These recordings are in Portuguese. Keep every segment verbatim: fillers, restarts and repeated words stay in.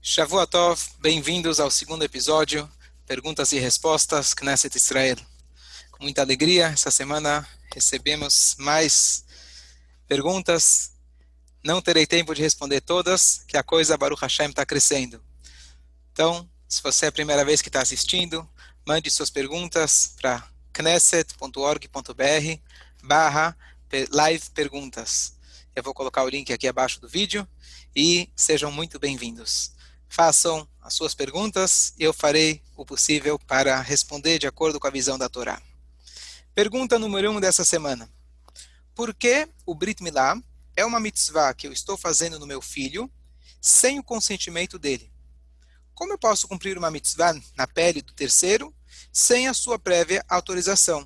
Shavua Tov, bem-vindos ao segundo episódio, Perguntas e Respostas, Knesset Israel. Com muita alegria, essa semana recebemos mais perguntas. Não terei tempo de responder todas, que a coisa, Baruch Hashem, está crescendo. Então, se você é a primeira vez que está assistindo, mande suas perguntas para knesset.org.br barra live perguntas. Eu vou colocar o link aqui abaixo do vídeo e sejam muito bem-vindos. Façam as suas perguntas e eu farei o possível para responder de acordo com a visão da Torá. Pergunta número um dessa semana. Por que o Brit Milá é uma mitzvah que eu estou fazendo no meu filho sem o consentimento dele? Como eu posso cumprir uma mitzvah na pele do terceiro sem a sua prévia autorização?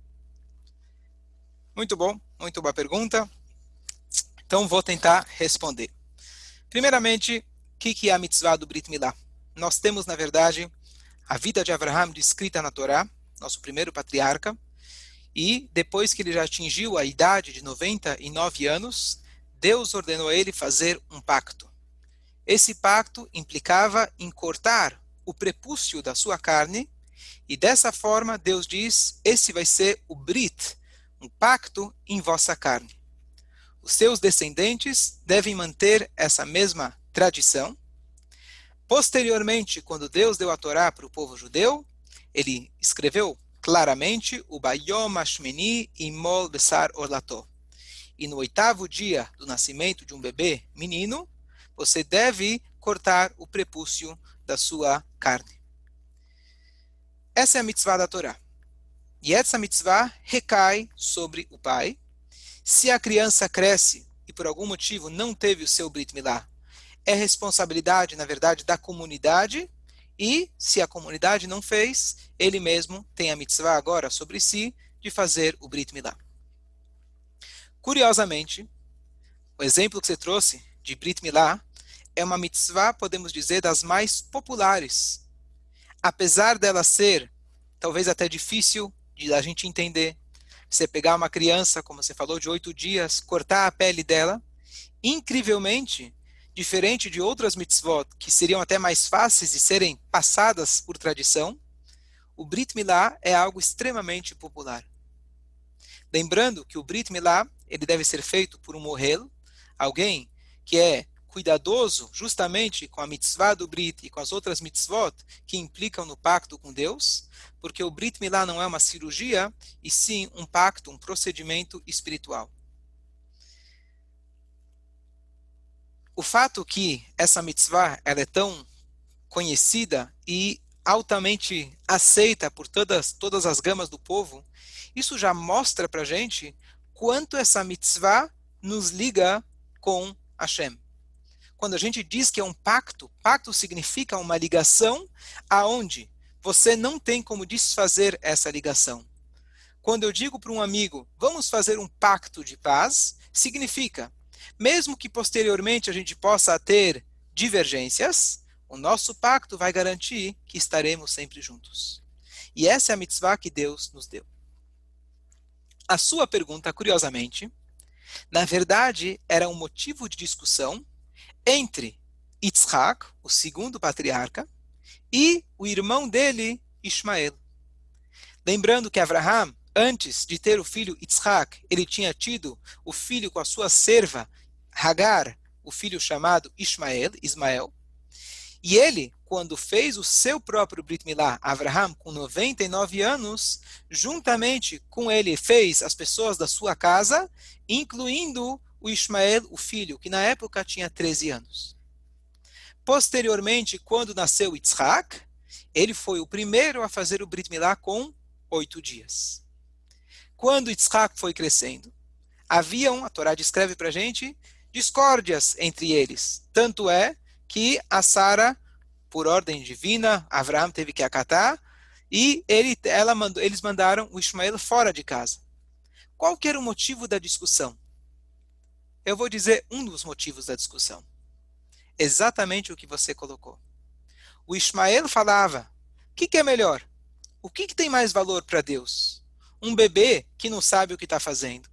Muito bom, muito boa pergunta. Então vou tentar responder. Primeiramente, o que, que é a mitzvah do Brit Milá? Nós temos, na verdade, a vida de Abraham descrita na Torá, nosso primeiro patriarca, e depois que ele já atingiu a idade de noventa e nove anos, Deus ordenou a ele fazer um pacto. Esse pacto implicava em cortar o prepúcio da sua carne, e dessa forma Deus diz, esse vai ser o Brit, um pacto em vossa carne. Os seus descendentes devem manter essa mesma tradição. Posteriormente, quando Deus deu a Torá para o povo judeu, ele escreveu claramente o Bayom Hashmini Imol Besar Orlato. E no oitavo dia do nascimento de um bebê menino, você deve cortar o prepúcio da sua carne. Essa é a mitzvah da Torá. E essa mitzvah recai sobre o pai. Se a criança cresce e por algum motivo não teve o seu Brit Milá, é responsabilidade, na verdade, da comunidade, e se a comunidade não fez, ele mesmo tem a mitzvah agora sobre si de fazer o Brit Milá. Curiosamente, o exemplo que você trouxe de Brit Milá é uma mitzvah, podemos dizer, das mais populares. Apesar dela ser, talvez até difícil de a gente entender, você pegar uma criança, como você falou, de oito dias, cortar a pele dela, incrivelmente, diferente de outras mitzvot, que seriam até mais fáceis de serem passadas por tradição, o Brit Milá é algo extremamente popular. Lembrando que o Brit Milá, ele deve ser feito por um mohel, alguém que é cuidadoso justamente com a mitzvah do Brit e com as outras mitzvot que implicam no pacto com Deus, porque o Brit Milá não é uma cirurgia, e sim um pacto, um procedimento espiritual. O fato que essa mitzvah ela é tão conhecida e altamente aceita por todas, todas as gamas do povo, isso já mostra para a gente quanto essa mitzvah nos liga com Hashem. Quando a gente diz que é um pacto, pacto significa uma ligação aonde você não tem como desfazer essa ligação. Quando eu digo para um amigo, vamos fazer um pacto de paz, significa, mesmo que posteriormente a gente possa ter divergências, o nosso pacto vai garantir que estaremos sempre juntos. E essa é a mitzvah que Deus nos deu. A sua pergunta, curiosamente, na verdade, era um motivo de discussão entre Yitzhak, o segundo patriarca, e o irmão dele, Ismael. Lembrando que Abraham, antes de ter o filho Yitzhak, ele tinha tido o filho com a sua serva, Hagar, o filho chamado Ismael, Ismael. E ele, quando fez o seu próprio Brit Milá, Abraham, com noventa e nove anos, juntamente com ele fez as pessoas da sua casa, incluindo o Ismael, o filho, que na época tinha treze anos. Posteriormente, quando nasceu Yitzhak, ele foi o primeiro a fazer o Brit Milá com oito dias. Quando Yitzhak foi crescendo, haviam, a Torá descreve para a gente, discórdias entre eles. Tanto é que a Sara, por ordem divina, Avraham teve que acatar, e ele, ela mandou, eles mandaram o Ismael fora de casa. Qual que era o motivo da discussão? Eu vou dizer um dos motivos da discussão. Exatamente o que você colocou. O Ismael falava, o que, que é melhor? O que, que tem mais valor para Deus? Um bebê que não sabe o que está fazendo.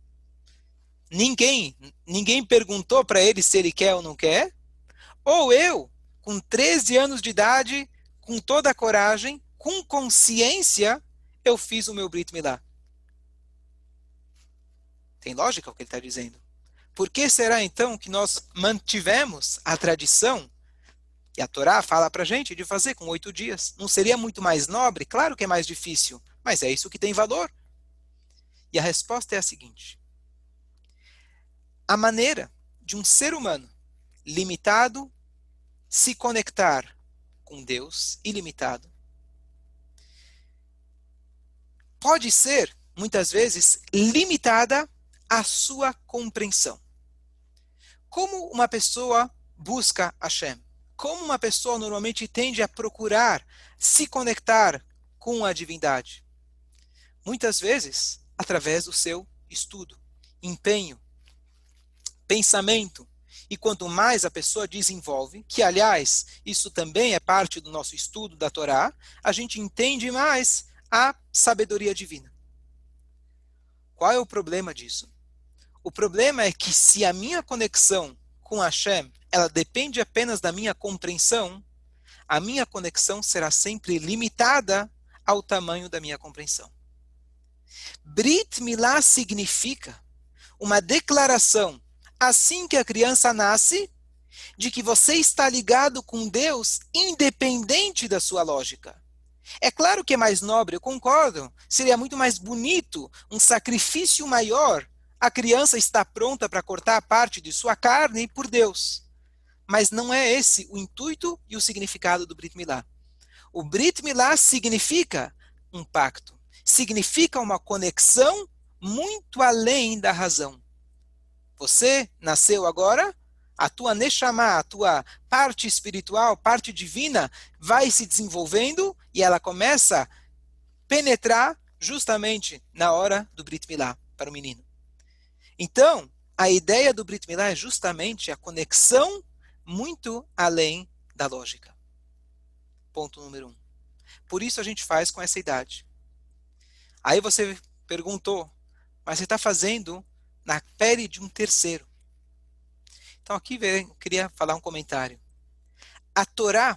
Ninguém, ninguém perguntou para ele se ele quer ou não quer. Ou eu, com treze anos de idade, com toda a coragem, com consciência, eu fiz o meu Brit Milá. Tem lógica o que ele está dizendo? Por que será então que nós mantivemos a tradição, e a Torá fala para a gente, de fazer com oito dias? Não seria muito mais nobre? Claro que é mais difícil, mas é isso que tem valor. E a resposta é a seguinte: a maneira de um ser humano limitado se conectar com Deus ilimitado pode ser, muitas vezes, limitada à sua compreensão. Como uma pessoa busca Hashem? Como uma pessoa normalmente tende a procurar se conectar com a divindade? Muitas vezes, através do seu estudo, empenho, pensamento. E quanto mais a pessoa desenvolve, que aliás, isso também é parte do nosso estudo da Torá, a gente entende mais a sabedoria divina. Qual é o problema disso? O problema é que se a minha conexão com Hashem, ela depende apenas da minha compreensão, a minha conexão será sempre limitada ao tamanho da minha compreensão. Brit Milá significa uma declaração, assim que a criança nasce, de que você está ligado com Deus independente da sua lógica. É claro que é mais nobre, eu concordo. Seria muito mais bonito, um sacrifício maior. A criança está pronta para cortar a parte de sua carne por Deus. Mas não é esse o intuito e o significado do Brit Milá. O Brit Milá significa um pacto. Significa uma conexão muito além da razão. Você nasceu agora, a tua Neshama, a tua parte espiritual, parte divina, vai se desenvolvendo e ela começa a penetrar justamente na hora do Brit Milá para o menino. Então, a ideia do Brit Milá é justamente a conexão muito além da lógica. Ponto número um. Por isso a gente faz com essa idade. Aí você perguntou, mas você está fazendo na pele de um terceiro. Então aqui eu queria falar um comentário. A Torá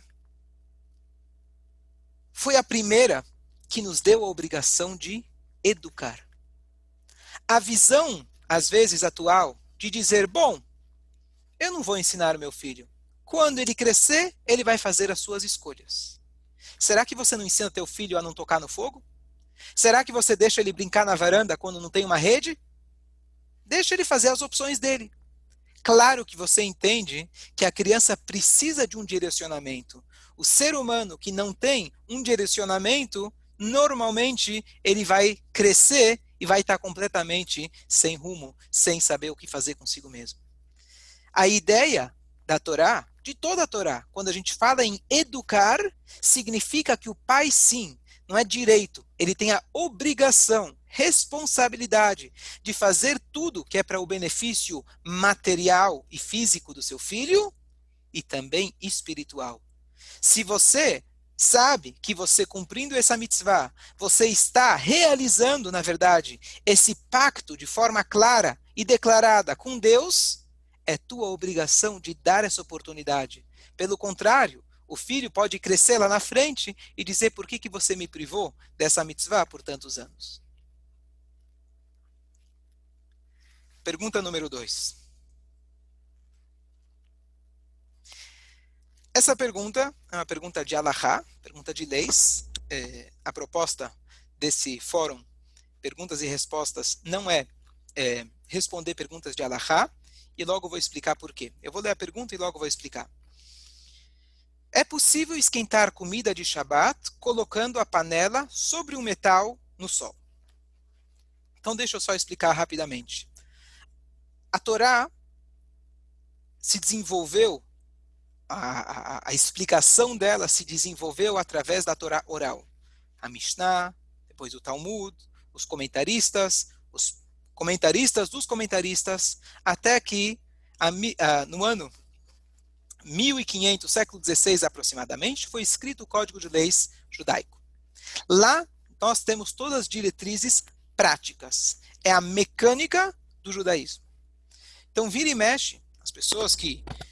foi a primeira que nos deu a obrigação de educar. A visão, às vezes atual, de dizer, bom, eu não vou ensinar o meu filho. Quando ele crescer, ele vai fazer as suas escolhas. Será que você não ensina teu filho a não tocar no fogo? Será que você deixa ele brincar na varanda quando não tem uma rede? Deixa ele fazer as opções dele. Claro que você entende que a criança precisa de um direcionamento. O ser humano que não tem um direcionamento, normalmente ele vai crescer e vai estar completamente sem rumo, sem saber o que fazer consigo mesmo. A ideia da Torá, de toda a Torá, quando a gente fala em educar, significa que o pai, sim, não é direito, ele tem a obrigação, responsabilidade de fazer tudo que é para o benefício material e físico do seu filho e também espiritual. Se você sabe que você cumprindo essa mitzvah, você está realizando, na verdade, esse pacto de forma clara e declarada com Deus, é tua obrigação de dar essa oportunidade. Pelo contrário, o filho pode crescer lá na frente e dizer por que, que você me privou dessa mitzvah por tantos anos. Pergunta número dois. Essa pergunta é uma pergunta de Alahá, pergunta de leis. É, a proposta desse fórum, perguntas e respostas, não é, é responder perguntas de Alahá, e logo vou explicar por quê. Eu vou ler a pergunta e logo vou explicar. É possível esquentar comida de Shabat colocando a panela sobre um metal no sol? Então deixa eu só explicar rapidamente. A Torá se desenvolveu, a, a, a explicação dela se desenvolveu através da Torá oral. A Mishnah, depois o Talmud, os comentaristas, os comentaristas dos comentaristas, até que a, a, no ano mil e quinhentos, século dezesseis aproximadamente, foi escrito o Código de Leis Judaico. Lá nós temos todas as diretrizes práticas. É a mecânica do judaísmo. Então, vira e mexe, as pessoas que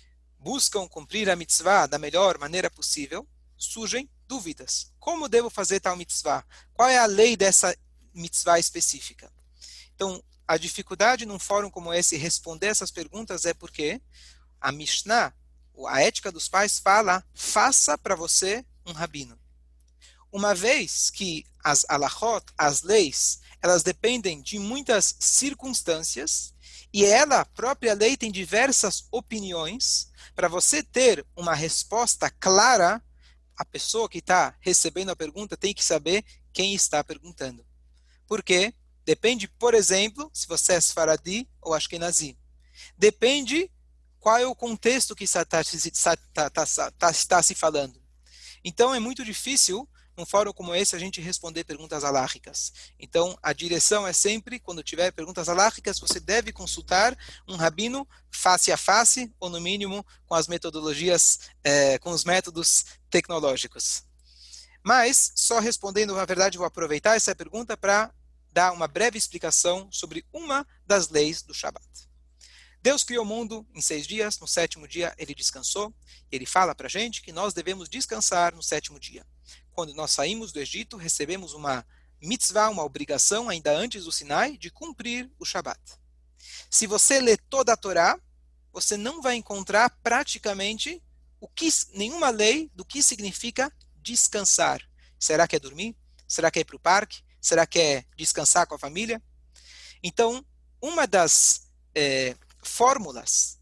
buscam cumprir a mitzvah da melhor maneira possível, surgem dúvidas. Como devo fazer tal mitzvah? Qual é a lei dessa mitzvah específica? Então, a dificuldade num fórum como esse responder essas perguntas é porque a Mishnah, a ética dos pais, fala: faça para você um rabino. Uma vez que as alachot, as leis, elas dependem de muitas circunstâncias, e ela, a própria lei, tem diversas opiniões, para você ter uma resposta clara, a pessoa que está recebendo a pergunta tem que saber quem está perguntando. Por quê? Depende, por exemplo, se você é Sfaradi ou Ashkenazi. Depende qual é o contexto que está, está, está, está, está se falando. Então, é muito difícil, num fórum como esse, a gente responder perguntas alárricas. Então, a direção é sempre, quando tiver perguntas alárricas, você deve consultar um rabino face a face, ou no mínimo, com as metodologias, eh, com os métodos tecnológicos. Mas, só respondendo, na verdade, vou aproveitar essa pergunta para dar uma breve explicação sobre uma das leis do Shabat. Deus criou o mundo em seis dias, no sétimo dia ele descansou, e ele fala para a gente que nós devemos descansar no sétimo dia. Quando nós saímos do Egito, recebemos uma mitzvah, uma obrigação, ainda antes do Sinai, de cumprir o Shabat. Se você lê toda a Torá, você não vai encontrar praticamente o que, nenhuma lei do que significa descansar. Será que é dormir? Será que é ir para o parque? Será que é descansar com a família? Então, uma das é, fórmulas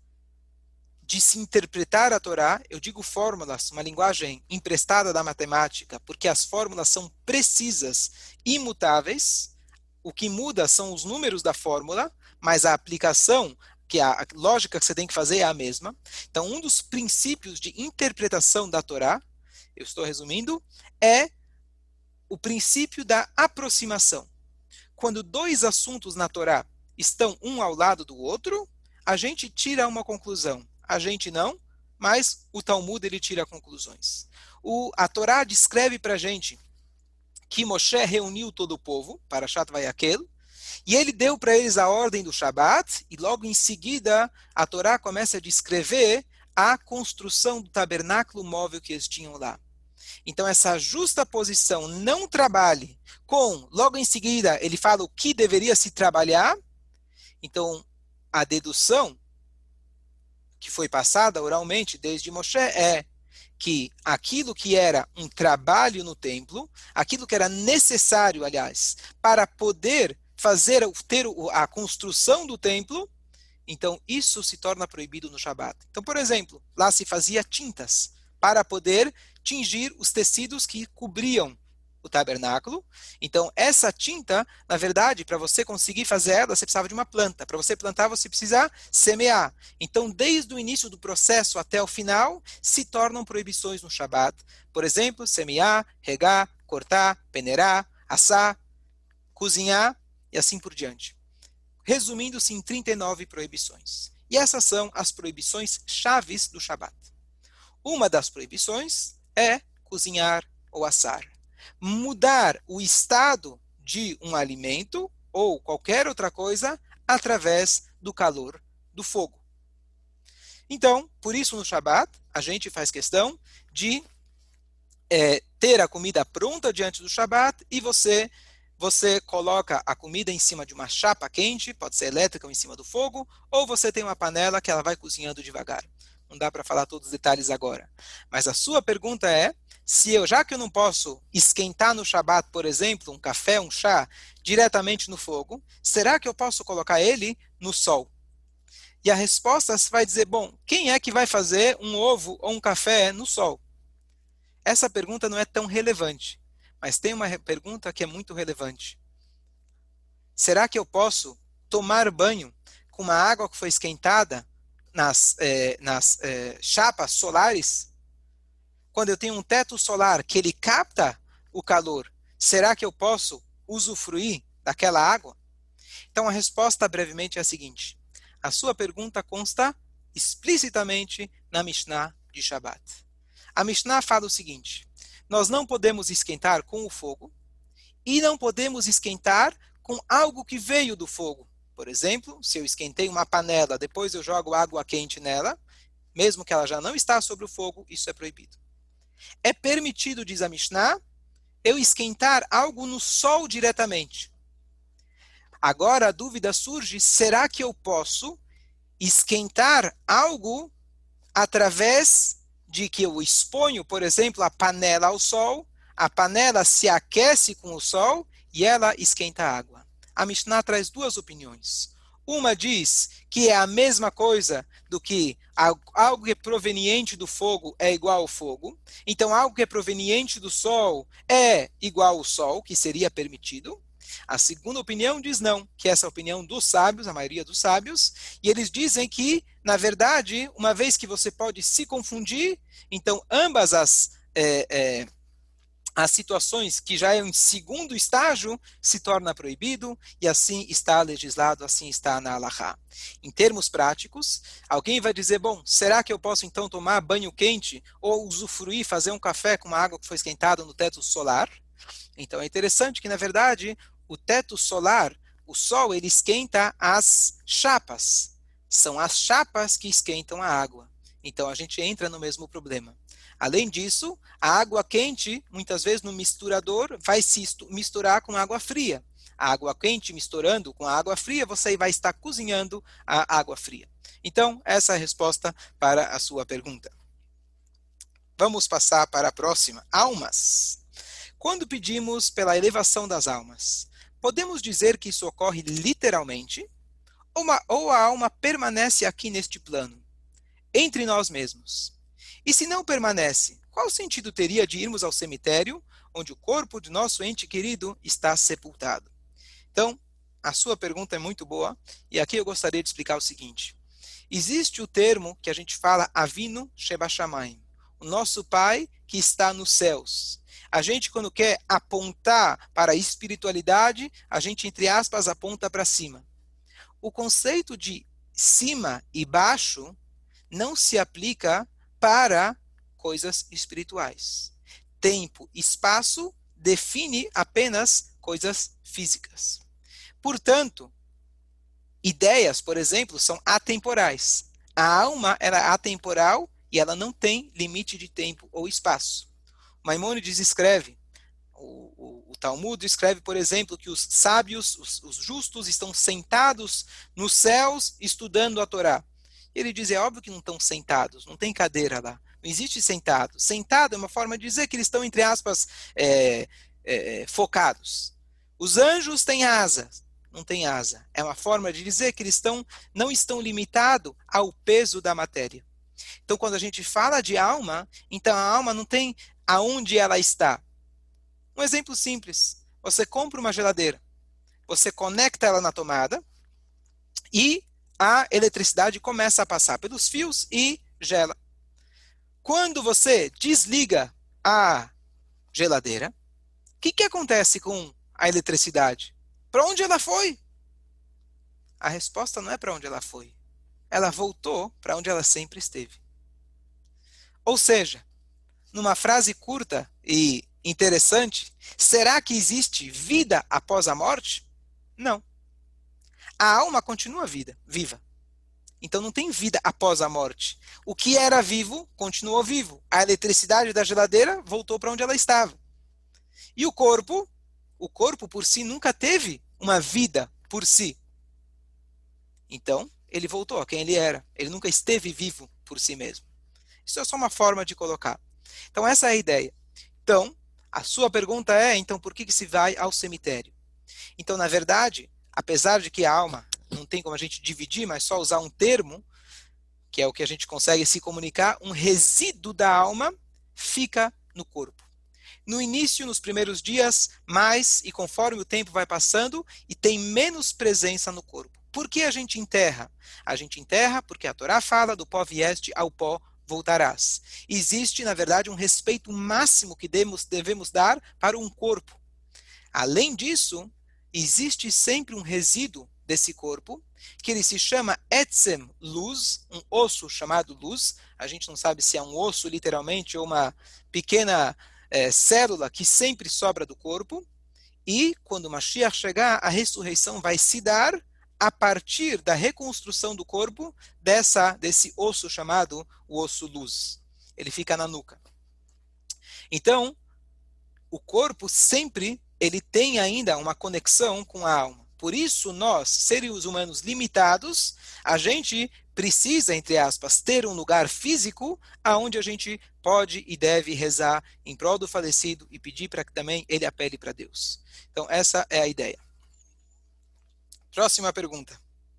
de se interpretar a Torá, eu digo fórmulas, uma linguagem emprestada da matemática, porque as fórmulas são precisas, imutáveis. O que muda são os números da fórmula, mas a aplicação, que a lógica que você tem que fazer é a mesma. Então, um dos princípios de interpretação da Torá, eu estou resumindo, é o princípio da aproximação. Quando dois assuntos na Torá estão um ao lado do outro, a gente tira uma conclusão. A gente não, mas o Talmud ele tira conclusões. O, a Torá descreve para a gente que Moshe reuniu todo o povo, para Parashat Vayakel, e ele deu para eles a ordem do Shabat, e logo em seguida a Torá começa a descrever a construção do tabernáculo móvel que eles tinham lá. Então, essa justa posição, não trabalhe com, logo em seguida, ele fala o que deveria se trabalhar. Então, a dedução que foi passada oralmente desde Moshe é que aquilo que era um trabalho no templo, aquilo que era necessário, aliás, para poder fazer, ter a construção do templo, então isso se torna proibido no Shabat. Então, por exemplo, lá se fazia tintas para poder tingir os tecidos que cobriam o tabernáculo. Então, essa tinta, na verdade, para você conseguir fazer ela, você precisava de uma planta. Para você plantar, você precisa semear. Então, desde o início do processo até o final, se tornam proibições no Shabat. Por exemplo, semear, regar, cortar, peneirar, assar, cozinhar e assim por diante. Resumindo-se em trinta e nove proibições. E essas são as proibições chaves do Shabat. Uma das proibições é cozinhar ou assar. Mudar o estado de um alimento ou qualquer outra coisa através do calor do fogo. Então, por isso no Shabat, a gente faz questão de é, ter a comida pronta diante do Shabat e você, você coloca a comida em cima de uma chapa quente, pode ser elétrica ou em cima do fogo, ou você tem uma panela que ela vai cozinhando devagar. Não dá para falar todos os detalhes agora. Mas a sua pergunta é, se eu, já que eu não posso esquentar no Shabat, por exemplo, um café, um chá, diretamente no fogo, será que eu posso colocar ele no sol? E a resposta vai dizer, bom, quem é que vai fazer um ovo ou um café no sol? Essa pergunta não é tão relevante, mas tem uma pergunta que é muito relevante. Será que eu posso tomar banho com uma água que foi esquentada nas, eh, nas eh, chapas solares? Quando eu tenho um teto solar que ele capta o calor, será que eu posso usufruir daquela água? Então a resposta brevemente é a seguinte. A sua pergunta consta explicitamente na Mishnah de Shabat. A Mishnah fala o seguinte, nós não podemos esquentar com o fogo e não podemos esquentar com algo que veio do fogo. Por exemplo, se eu esquentei uma panela, depois eu jogo água quente nela, mesmo que ela já não está sobre o fogo, isso é proibido. É permitido, diz a Mishnah, eu esquentar algo no sol diretamente. Agora a dúvida surge, será que eu posso esquentar algo através de que eu exponho, por exemplo, a panela ao sol, a panela se aquece com o sol e ela esquenta a água? A Mishnah traz duas opiniões. Uma diz que é a mesma coisa do que algo que é proveniente do fogo é igual ao fogo. Então, algo que é proveniente do sol é igual ao sol, que seria permitido. A segunda opinião diz não, que essa é a opinião dos sábios, a maioria dos sábios, e eles dizem que, na verdade, uma vez que você pode se confundir, então ambas as, é, é, as situações que já é em segundo estágio se torna proibido, e assim está legislado, assim está na Halahá. Em termos práticos, alguém vai dizer, bom, será que eu posso então tomar banho quente ou usufruir, fazer um café com uma água que foi esquentada no teto solar? Então é interessante que, na verdade, o teto solar, o sol, ele esquenta as chapas. São as chapas que esquentam a água. Então a gente entra no mesmo problema. Além disso, a água quente, muitas vezes no misturador, vai se misturar com água fria. A água quente misturando com a água fria, você vai estar cozinhando a água fria. Então, essa é a resposta para a sua pergunta. Vamos passar para a próxima. Almas. Quando pedimos pela elevação das almas, podemos dizer que isso ocorre literalmente? Ou, uma, ou a alma permanece aqui neste plano, entre nós mesmos? E se não permanece, qual sentido teria de irmos ao cemitério, onde o corpo de nosso ente querido está sepultado? Então, a sua pergunta é muito boa, e aqui eu gostaria de explicar o seguinte. Existe o termo que a gente fala Avinu Sheba Shamayim, o nosso Pai que está nos céus. A gente, quando quer apontar para a espiritualidade, a gente, entre aspas, aponta para cima. O conceito de cima e baixo não se aplica para coisas espirituais. Tempo e espaço define apenas coisas físicas. Portanto, ideias, por exemplo, são atemporais. A alma ela é atemporal e ela não tem limite de tempo ou espaço. Maimônides escreve, o, o, o Talmud escreve, por exemplo, que os sábios, os, os justos, estão sentados nos céus estudando a Torá. Ele diz, é óbvio que não estão sentados, não tem cadeira lá, não existe sentado. Sentado é uma forma de dizer que eles estão, entre aspas, é, é, focados. Os anjos têm asas, não tem asa. É uma forma de dizer que eles estão, não estão limitados ao peso da matéria. Então, quando a gente fala de alma, então a alma não tem aonde ela está. Um exemplo simples. Você compra uma geladeira, você conecta ela na tomada e a eletricidade começa a passar pelos fios e gela. Quando você desliga a geladeira, o que, que acontece com a eletricidade? Para onde ela foi? A resposta não é para onde ela foi. Ela voltou para onde ela sempre esteve. Ou seja, numa frase curta e interessante, será que existe vida após a morte? Não. A alma continua vida, viva. Então não tem vida após a morte. O que era vivo, continuou vivo. A eletricidade da geladeira voltou para onde ela estava. E o corpo? O corpo por si nunca teve uma vida por si. Então, ele voltou a quem ele era. Ele nunca esteve vivo por si mesmo. Isso é só uma forma de colocar. Então, essa é a ideia. Então, a sua pergunta é, então, por que que se vai ao cemitério? Então, na verdade, apesar de que a alma não tem como a gente dividir, mas só usar um termo, que é o que a gente consegue se comunicar, um resíduo da alma fica no corpo. No início, nos primeiros dias, mais, e conforme o tempo vai passando, e tem menos presença no corpo. Por que a gente enterra? A gente enterra porque a Torá fala, do pó vieste, ao pó voltarás. Existe, na verdade, um respeito máximo que devemos, devemos dar para um corpo. Além disso, existe sempre um resíduo desse corpo, que ele se chama etzem, luz, um osso chamado luz. A gente não sabe se é um osso, literalmente, ou uma pequena é, célula que sempre sobra do corpo. E, quando o Mashiach chegar, a ressurreição vai se dar a partir da reconstrução do corpo dessa, desse osso chamado o osso luz. Ele fica na nuca. Então, o corpo sempre ele tem ainda uma conexão com a alma. Por isso, nós, seres humanos limitados, a gente precisa, entre aspas, ter um lugar físico aonde a gente pode e deve rezar em prol do falecido e pedir para que também ele apele para Deus. Então, essa é a ideia. Próxima pergunta.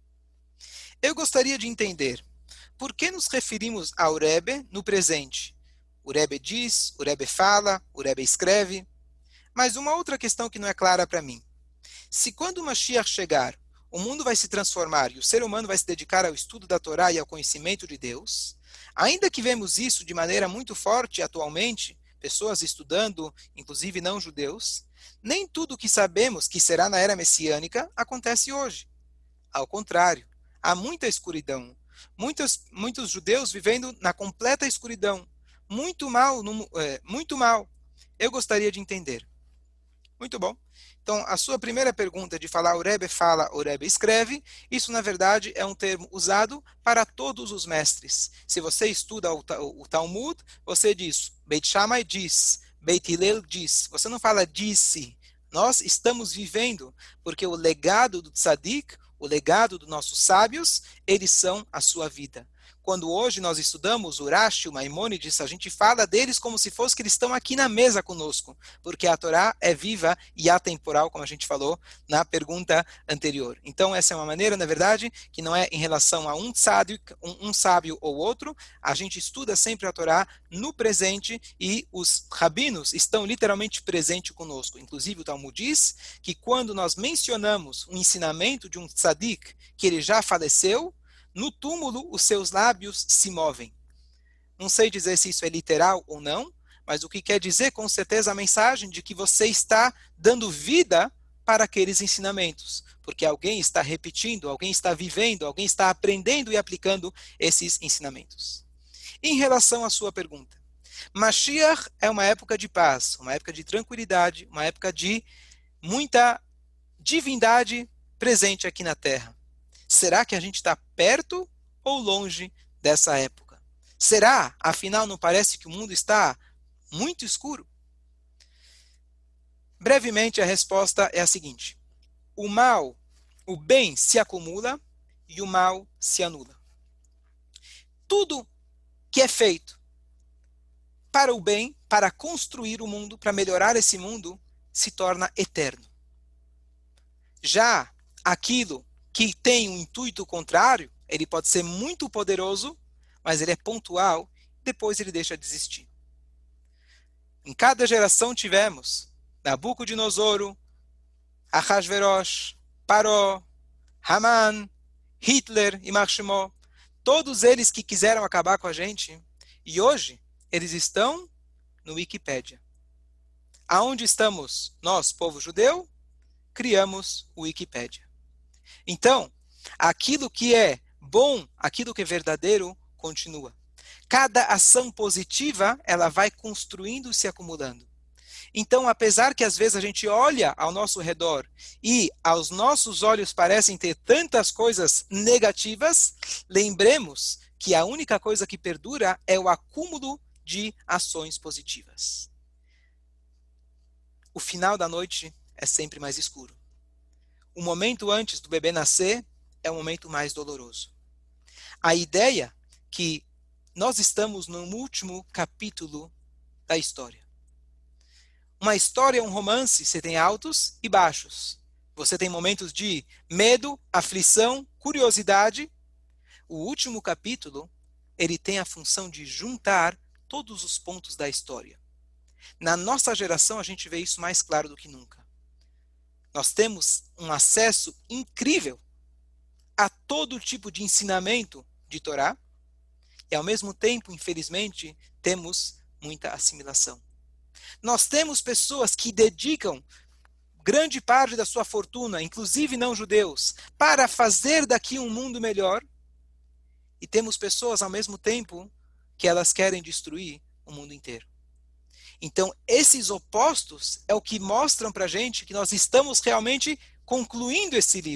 Eu gostaria de entender por que nos referimos ao Rebbe no presente. O Rebbe diz, o Rebbe fala, o Rebbe escreve. Mas uma outra questão que não é clara para mim. Se quando o Mashiach chegar, o mundo vai se transformar e o ser humano vai se dedicar ao estudo da Torá e ao conhecimento de Deus, ainda que vemos isso de maneira muito forte atualmente, pessoas estudando, inclusive não judeus, nem tudo o que sabemos que será na era messiânica acontece hoje. Ao contrário, há muita escuridão. Muitos, muitos judeus vivendo na completa escuridão. Muito mal, no, é, muito mal. Eu gostaria de entender. Muito bom. Então, a sua primeira pergunta de falar o Rebbe fala, o Rebbe escreve, isso, na verdade, é um termo usado para todos os mestres. Se você estuda o, o Talmud, você diz, Beit Shammai diz, Beit Hillel diz. Você não fala disse. Nós estamos vivendo, porque o legado do Tzadik, o legado dos nossos sábios, eles são a sua vida. Quando hoje nós estudamos o Rashi, o Maimônides, a gente fala deles como se fosse que eles estão aqui na mesa conosco, porque a Torá é viva e atemporal, como a gente falou na pergunta anterior. Então, essa é uma maneira, na verdade, que não é em relação a um tzadik, um, um sábio ou outro, a gente estuda sempre a Torá no presente e os rabinos estão literalmente presentes conosco. Inclusive, o Talmud diz que quando nós mencionamos um ensinamento de um tzadik que ele já faleceu, no túmulo, os seus lábios se movem. Não sei dizer se isso é literal ou não, mas o que quer dizer, com certeza, a mensagem de que você está dando vida para aqueles ensinamentos. Porque alguém está repetindo, alguém está vivendo, alguém está aprendendo e aplicando esses ensinamentos. Em relação à sua pergunta, Mashiach é uma época de paz, uma época de tranquilidade, uma época de muita divindade presente aqui na Terra. Será que a gente está perto ou longe dessa época? Será, afinal, não parece que o mundo está muito escuro? Brevemente, a resposta é a seguinte. O mal, o bem se acumula e o mal se anula. Tudo que é feito para o bem, para construir o mundo, para melhorar esse mundo, se torna eterno. Já aquilo que tem um intuito contrário, ele pode ser muito poderoso, mas ele é pontual, depois ele deixa de existir. Em cada geração tivemos Nabucodonosor, Ahasverosh, Paró, Haman, Hitler e Marshemó, todos eles que quiseram acabar com a gente, e hoje eles estão no Wikipédia. Aonde estamos nós, povo judeu? Criamos o Wikipédia. Então, aquilo que é bom, aquilo que é verdadeiro, continua. Cada ação positiva, ela vai construindo e se acumulando. Então, apesar que às vezes a gente olha ao nosso redor e aos nossos olhos parecem ter tantas coisas negativas, lembremos que a única coisa que perdura é o acúmulo de ações positivas. O final da noite é sempre mais escuro. O momento antes do bebê nascer é o momento mais doloroso. A ideia que nós estamos no último capítulo da história. Uma história é um romance, você tem altos e baixos. Você tem momentos de medo, aflição, curiosidade. O último capítulo, ele tem a função de juntar todos os pontos da história. Na nossa geração, a gente vê isso mais claro do que nunca. Nós temos um acesso incrível a todo tipo de ensinamento de Torá e, ao mesmo tempo, infelizmente, temos muita assimilação. Nós temos pessoas que dedicam grande parte da sua fortuna, inclusive não judeus, para fazer daqui um mundo melhor, e temos pessoas, ao mesmo tempo, que elas querem destruir o mundo inteiro. Então, esses opostos é o que mostram para a gente que nós estamos realmente concluindo esse livro.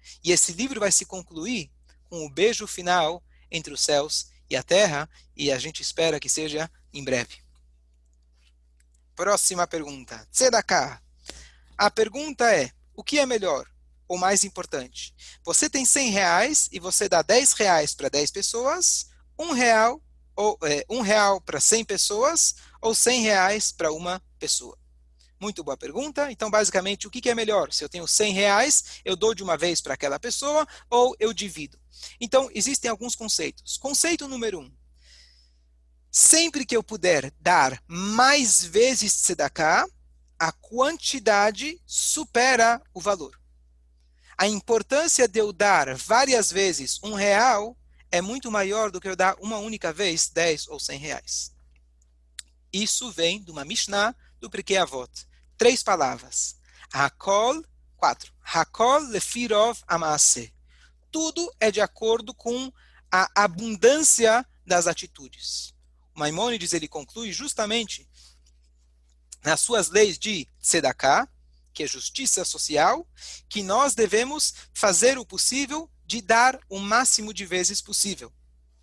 E esse livro vai se concluir com o beijo final entre os céus e a terra, e a gente espera que seja em breve. Próxima pergunta. Tzedakah. A pergunta é, o que é melhor ou mais importante? Você tem cem reais e você dá dez reais para dez pessoas, um real, ou, é, um real para cem pessoas, ou cem reais para uma pessoa? Muito boa pergunta. Então, basicamente, o que é melhor? Se eu tenho cem reais, eu dou de uma vez para aquela pessoa ou eu divido? Então, existem alguns conceitos. Conceito número um. Sempre que eu puder dar mais vezes tzedakah, a quantidade supera o valor. A importância de eu dar várias vezes um real é muito maior do que eu dar uma única vez dez ou cem reais. Isso vem de uma Mishnah do Pirkei Avot. Três palavras. Hakol, quatro. Hakol lefirov amaaseh. Tudo é de acordo com a abundância das atitudes. O Maimônides, ele conclui justamente nas suas leis de tzedakah, que é justiça social, que nós devemos fazer o possível de dar o máximo de vezes possível.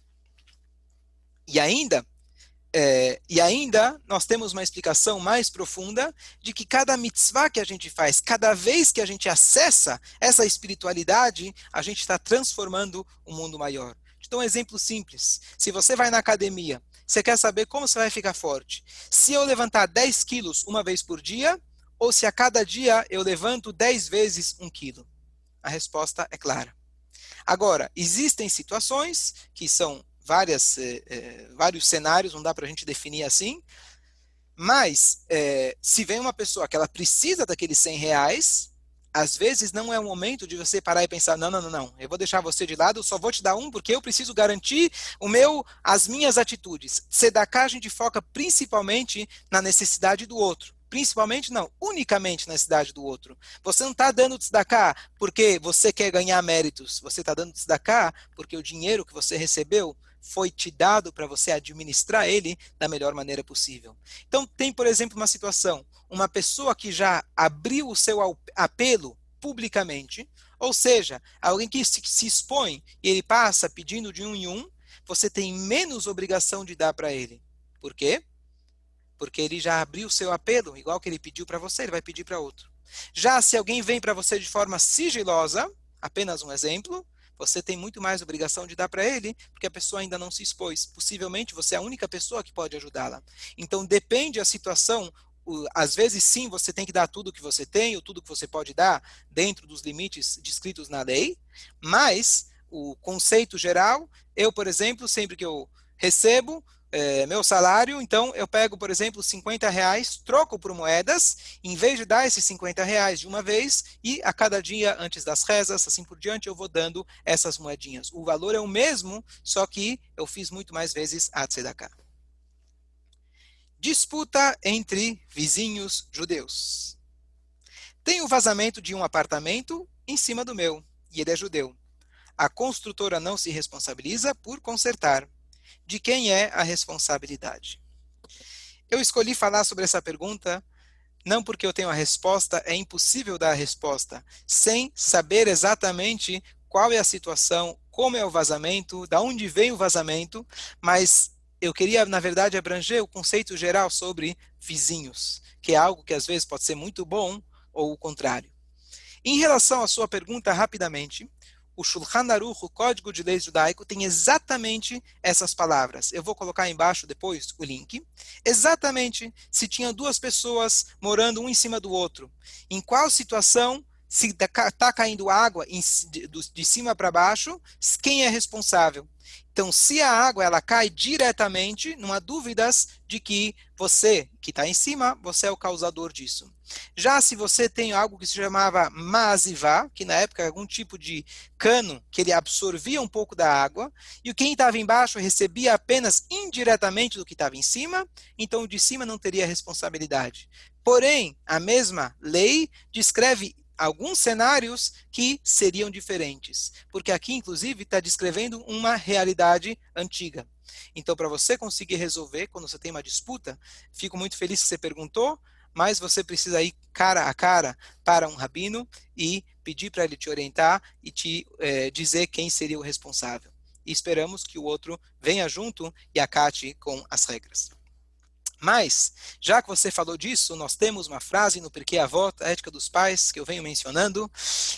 E ainda, é, e ainda nós temos uma explicação mais profunda de que cada mitzvah que a gente faz, cada vez que a gente acessa essa espiritualidade, a gente está transformando um mundo maior. Então, um exemplo simples. Se você vai na academia, você quer saber como você vai ficar forte. Se eu levantar dez quilos uma vez por dia, ou se a cada dia eu levanto dez vezes um quilo? A resposta é clara. Agora, existem situações que são várias, eh, eh, vários cenários, não dá para a gente definir assim, mas eh, se vem uma pessoa que ela precisa daqueles cem reais, às vezes não é o momento de você parar e pensar, não, não, não, não, eu vou deixar você de lado, eu só vou te dar um porque eu preciso garantir o meu, as minhas atitudes. Tzedakah a gente foca principalmente na necessidade do outro. Principalmente não, unicamente na necessidade do outro. Você não está dando tzedakah porque você quer ganhar méritos. Você está dando tzedakah porque o dinheiro que você recebeu foi te dado para você administrar ele da melhor maneira possível. Então tem, por exemplo, uma situação, uma pessoa que já abriu o seu apelo publicamente, ou seja, alguém que se, se expõe e ele passa pedindo de um em um, você tem menos obrigação de dar para ele. Por quê? Porque ele já abriu o seu apelo, igual que ele pediu para você, ele vai pedir para outro. Já se alguém vem para você de forma sigilosa, apenas um exemplo, você tem muito mais obrigação de dar para ele, porque a pessoa ainda não se expôs. Possivelmente você é a única pessoa que pode ajudá-la. Então depende da situação, às vezes sim, você tem que dar tudo que você tem, ou tudo que você pode dar, dentro dos limites descritos na lei, mas o conceito geral, eu, por exemplo, sempre que eu recebo, É, meu salário, então eu pego, por exemplo, cinquenta reais, troco por moedas, em vez de dar esses cinquenta reais de uma vez, e a cada dia, antes das rezas, assim por diante, eu vou dando essas moedinhas. O valor é o mesmo, só que eu fiz muito mais vezes a tzedakah. Disputa entre vizinhos judeus. Tem o vazamento de um apartamento em cima do meu, e ele é judeu. A construtora não se responsabiliza por consertar. De quem é a responsabilidade? Eu escolhi falar sobre essa pergunta não porque eu tenho a resposta, é impossível dar a resposta, sem saber exatamente qual é a situação, como é o vazamento, de onde veio o vazamento, mas eu queria, na verdade, abranger o conceito geral sobre vizinhos, que é algo que às vezes pode ser muito bom ou o contrário. Em relação à sua pergunta, rapidamente, o Shulchan Aruch, o Código de Leis Judaico, tem exatamente essas palavras. Eu vou colocar embaixo depois o link. Exatamente se tinham duas pessoas morando um em cima do outro. Em qual situação, se está caindo água de, de cima para baixo, quem é responsável? Então, se a água ela cai diretamente, não há dúvidas de que você, que está em cima, você é o causador disso. Já se você tem algo que se chamava ma'azivá, que na época era algum tipo de cano que ele absorvia um pouco da água, e quem estava embaixo recebia apenas indiretamente do que estava em cima, então o de cima não teria responsabilidade. Porém, a mesma lei descreve alguns cenários que seriam diferentes, porque aqui, inclusive, está descrevendo uma realidade antiga. Então, para você conseguir resolver, quando você tem uma disputa, fico muito feliz que você perguntou, mas você precisa ir cara a cara para um rabino e pedir para ele te orientar e te eh, dizer quem seria o responsável. E esperamos que o outro venha junto e acate com as regras. Mas, já que você falou disso, nós temos uma frase no Pirkei Avot, a ética dos pais, que eu venho mencionando.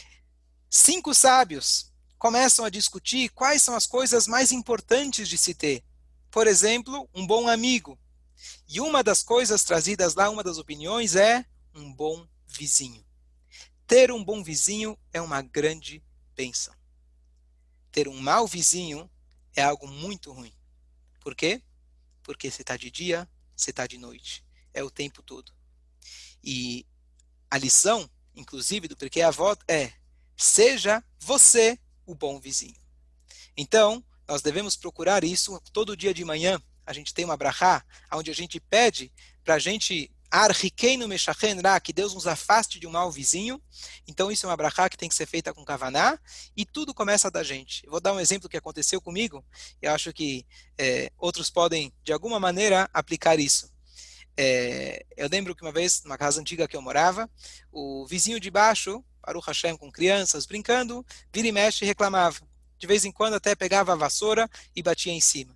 Cinco sábios começam a discutir quais são as coisas mais importantes de se ter. Por exemplo, um bom amigo. E uma das coisas trazidas lá, uma das opiniões, é um bom vizinho. Ter um bom vizinho é uma grande bênção. Ter um mau vizinho é algo muito ruim. Por quê? Porque você está de dia, você está de noite. É o tempo todo. E a lição, inclusive, do Pirkei Avot é: seja você o bom vizinho. Então, nós devemos procurar isso todo dia de manhã. A gente tem uma brachá, onde a gente pede para a gente arhikeinu meshachen ra, que Deus nos afaste de um mau vizinho. Então, isso é uma brachá que tem que ser feita com kavaná, e tudo começa da gente. Eu vou dar um exemplo que aconteceu comigo, e eu acho que é, outros podem, de alguma maneira, aplicar isso. É, eu lembro que uma vez, numa casa antiga que eu morava, o vizinho de baixo, Baruch Hashem, com crianças, brincando, vira e mexe e reclamava. De vez em quando até pegava a vassoura e batia em cima.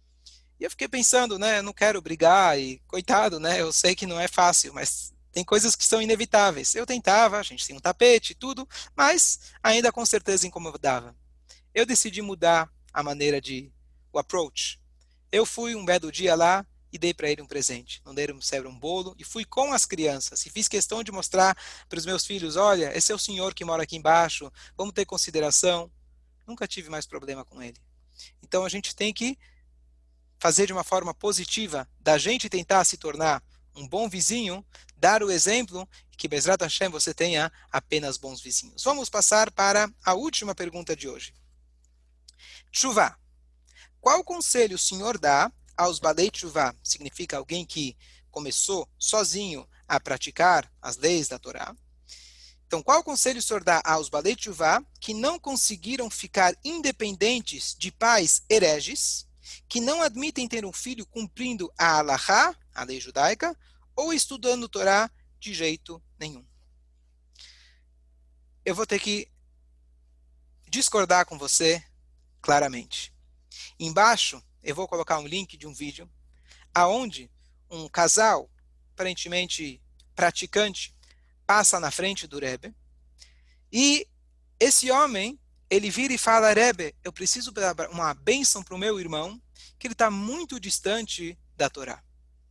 E eu fiquei pensando, né, eu não quero brigar e, coitado, né, eu sei que não é fácil, mas tem coisas que são inevitáveis. Eu tentava, a gente tinha um tapete e tudo, mas ainda com certeza incomodava. Eu decidi mudar a maneira de, o approach. Eu fui um belo dia lá e dei para ele um presente. Não dei um, um bolo e fui com as crianças. E fiz questão de mostrar para os meus filhos, olha, esse é o senhor que mora aqui embaixo, vamos ter consideração. Nunca tive mais problema com ele. Então a gente tem que fazer de uma forma positiva, da gente tentar se tornar um bom vizinho, dar o exemplo, que Bezrat Hashem você tenha apenas bons vizinhos. Vamos passar para a última pergunta de hoje. Tshuvá. Qual conselho o senhor dá aos Balei Tshuvá? Significa alguém que começou sozinho a praticar as leis da Torá. Então, qual conselho o senhor dá aos Balei Tshuvá que não conseguiram ficar independentes de pais hereges, que não admitem ter um filho cumprindo a Halachá, a lei judaica, ou estudando Torá de jeito nenhum? Eu vou ter que discordar com você claramente. Embaixo, eu vou colocar um link de um vídeo aonde um casal, aparentemente praticante, passa na frente do Rebbe, e esse homem, ele vira e fala, Rebbe, eu preciso dar uma bênção para o meu irmão, que ele está muito distante da Torá.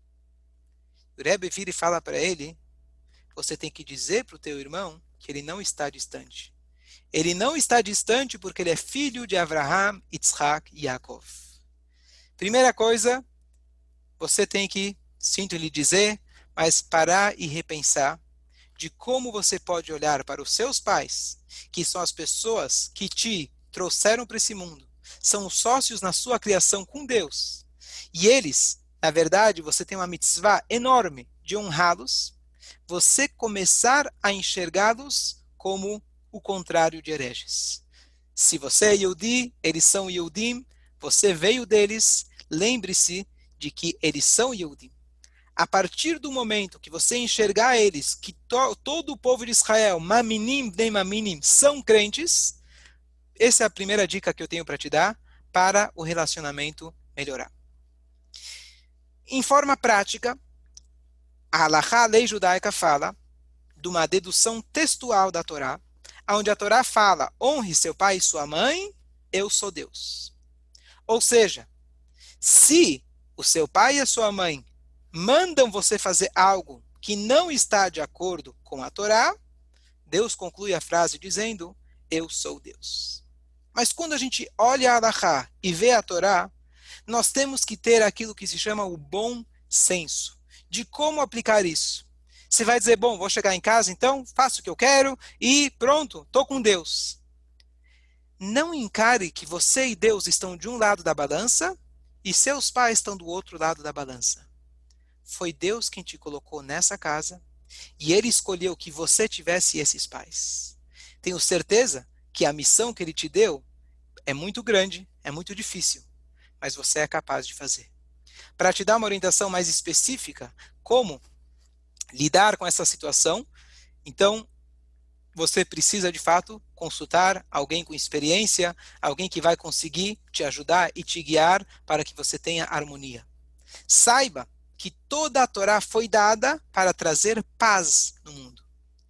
O Rebbe vira e fala para ele, você tem que dizer para o teu irmão que ele não está distante. Ele não está distante porque ele é filho de Avraham, Yitzhak e Yaakov. Primeira coisa, você tem que, sinto lhe dizer, mas parar e repensar de como você pode olhar para os seus pais, que são as pessoas que te trouxeram para esse mundo, são os sócios na sua criação com Deus. E eles, na verdade, você tem uma mitzvah enorme de honrá-los, você começar a enxergá-los como o contrário de hereges. Se você é Yehudi, eles são Yehudim, você veio deles, lembre-se de que eles são Yehudim. A partir do momento que você enxergar eles, que to, todo o povo de Israel, maminim, bnei maminim, são crentes, essa é a primeira dica que eu tenho para te dar para o relacionamento melhorar. Em forma prática, a Halachá, a lei judaica, fala de uma dedução textual da Torá, onde a Torá fala, honre seu pai e sua mãe, eu sou Deus. Ou seja, se o seu pai e a sua mãe mandam você fazer algo que não está de acordo com a Torá, Deus conclui a frase dizendo, eu sou Deus. Mas quando a gente olha a Halachá e vê a Torá, nós temos que ter aquilo que se chama o bom senso, de como aplicar isso. Você vai dizer, bom, vou chegar em casa, então faço o que eu quero e pronto, estou com Deus. Não encare que você e Deus estão de um lado da balança e seus pais estão do outro lado da balança. Foi Deus quem te colocou nessa casa e Ele escolheu que você tivesse esses pais. Tenho certeza que a missão que Ele te deu é muito grande, é muito difícil, mas você é capaz de fazer. Para te dar uma orientação mais específica, como lidar com essa situação, então você precisa de fato consultar alguém com experiência, alguém que vai conseguir te ajudar e te guiar para que você tenha harmonia. Saiba que toda a Torá foi dada para trazer paz no mundo.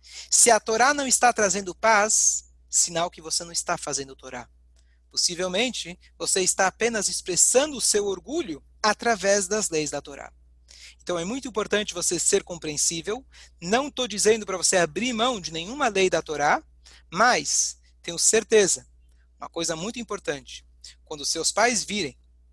Se a Torá não está trazendo paz, sinal que você não está fazendo Torá. Possivelmente, você está apenas expressando o seu orgulho através das leis da Torá. Então é muito importante você ser compreensível. Não estou dizendo para você abrir mão de nenhuma lei da Torá, mas tenho certeza, uma coisa muito importante, quando seus pais virem,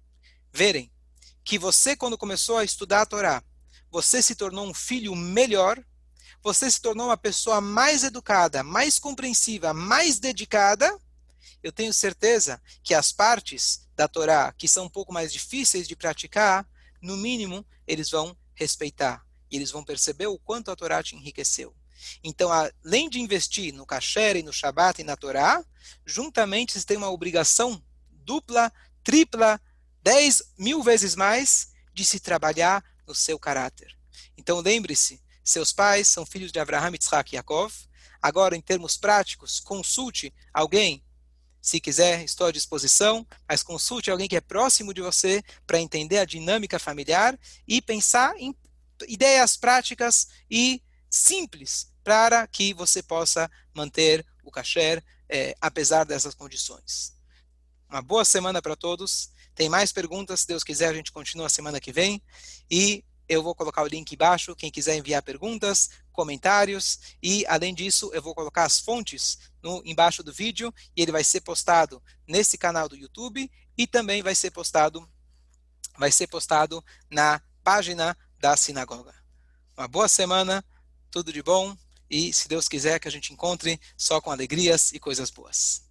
verem que você, quando começou a estudar a Torá, você se tornou um filho melhor, você se tornou uma pessoa mais educada, mais compreensiva, mais dedicada, eu tenho certeza que as partes da Torá que são um pouco mais difíceis de praticar, no mínimo, eles vão respeitar. E eles vão perceber o quanto a Torá te enriqueceu. Então, além de investir no kasher e no Shabat e na Torá, juntamente você tem uma obrigação dupla, tripla, dez mil vezes mais de se trabalhar no seu caráter. Então, lembre-se, seus pais são filhos de Abraham, Yitzhak e Yaakov. Agora, em termos práticos, consulte alguém. Se quiser, estou à disposição, mas consulte alguém que é próximo de você para entender a dinâmica familiar e pensar em ideias práticas e simples para que você possa manter o kasher, é, apesar dessas condições. Uma boa semana para todos. Tem mais perguntas, se Deus quiser, a gente continua a semana que vem. E eu vou colocar o link embaixo, quem quiser enviar perguntas, comentários, e além disso, eu vou colocar as fontes no, embaixo do vídeo, e ele vai ser postado nesse canal do YouTube, e também vai ser postado, vai ser postado na página da sinagoga. Uma boa semana, tudo de bom, e se Deus quiser que a gente encontre só com alegrias e coisas boas.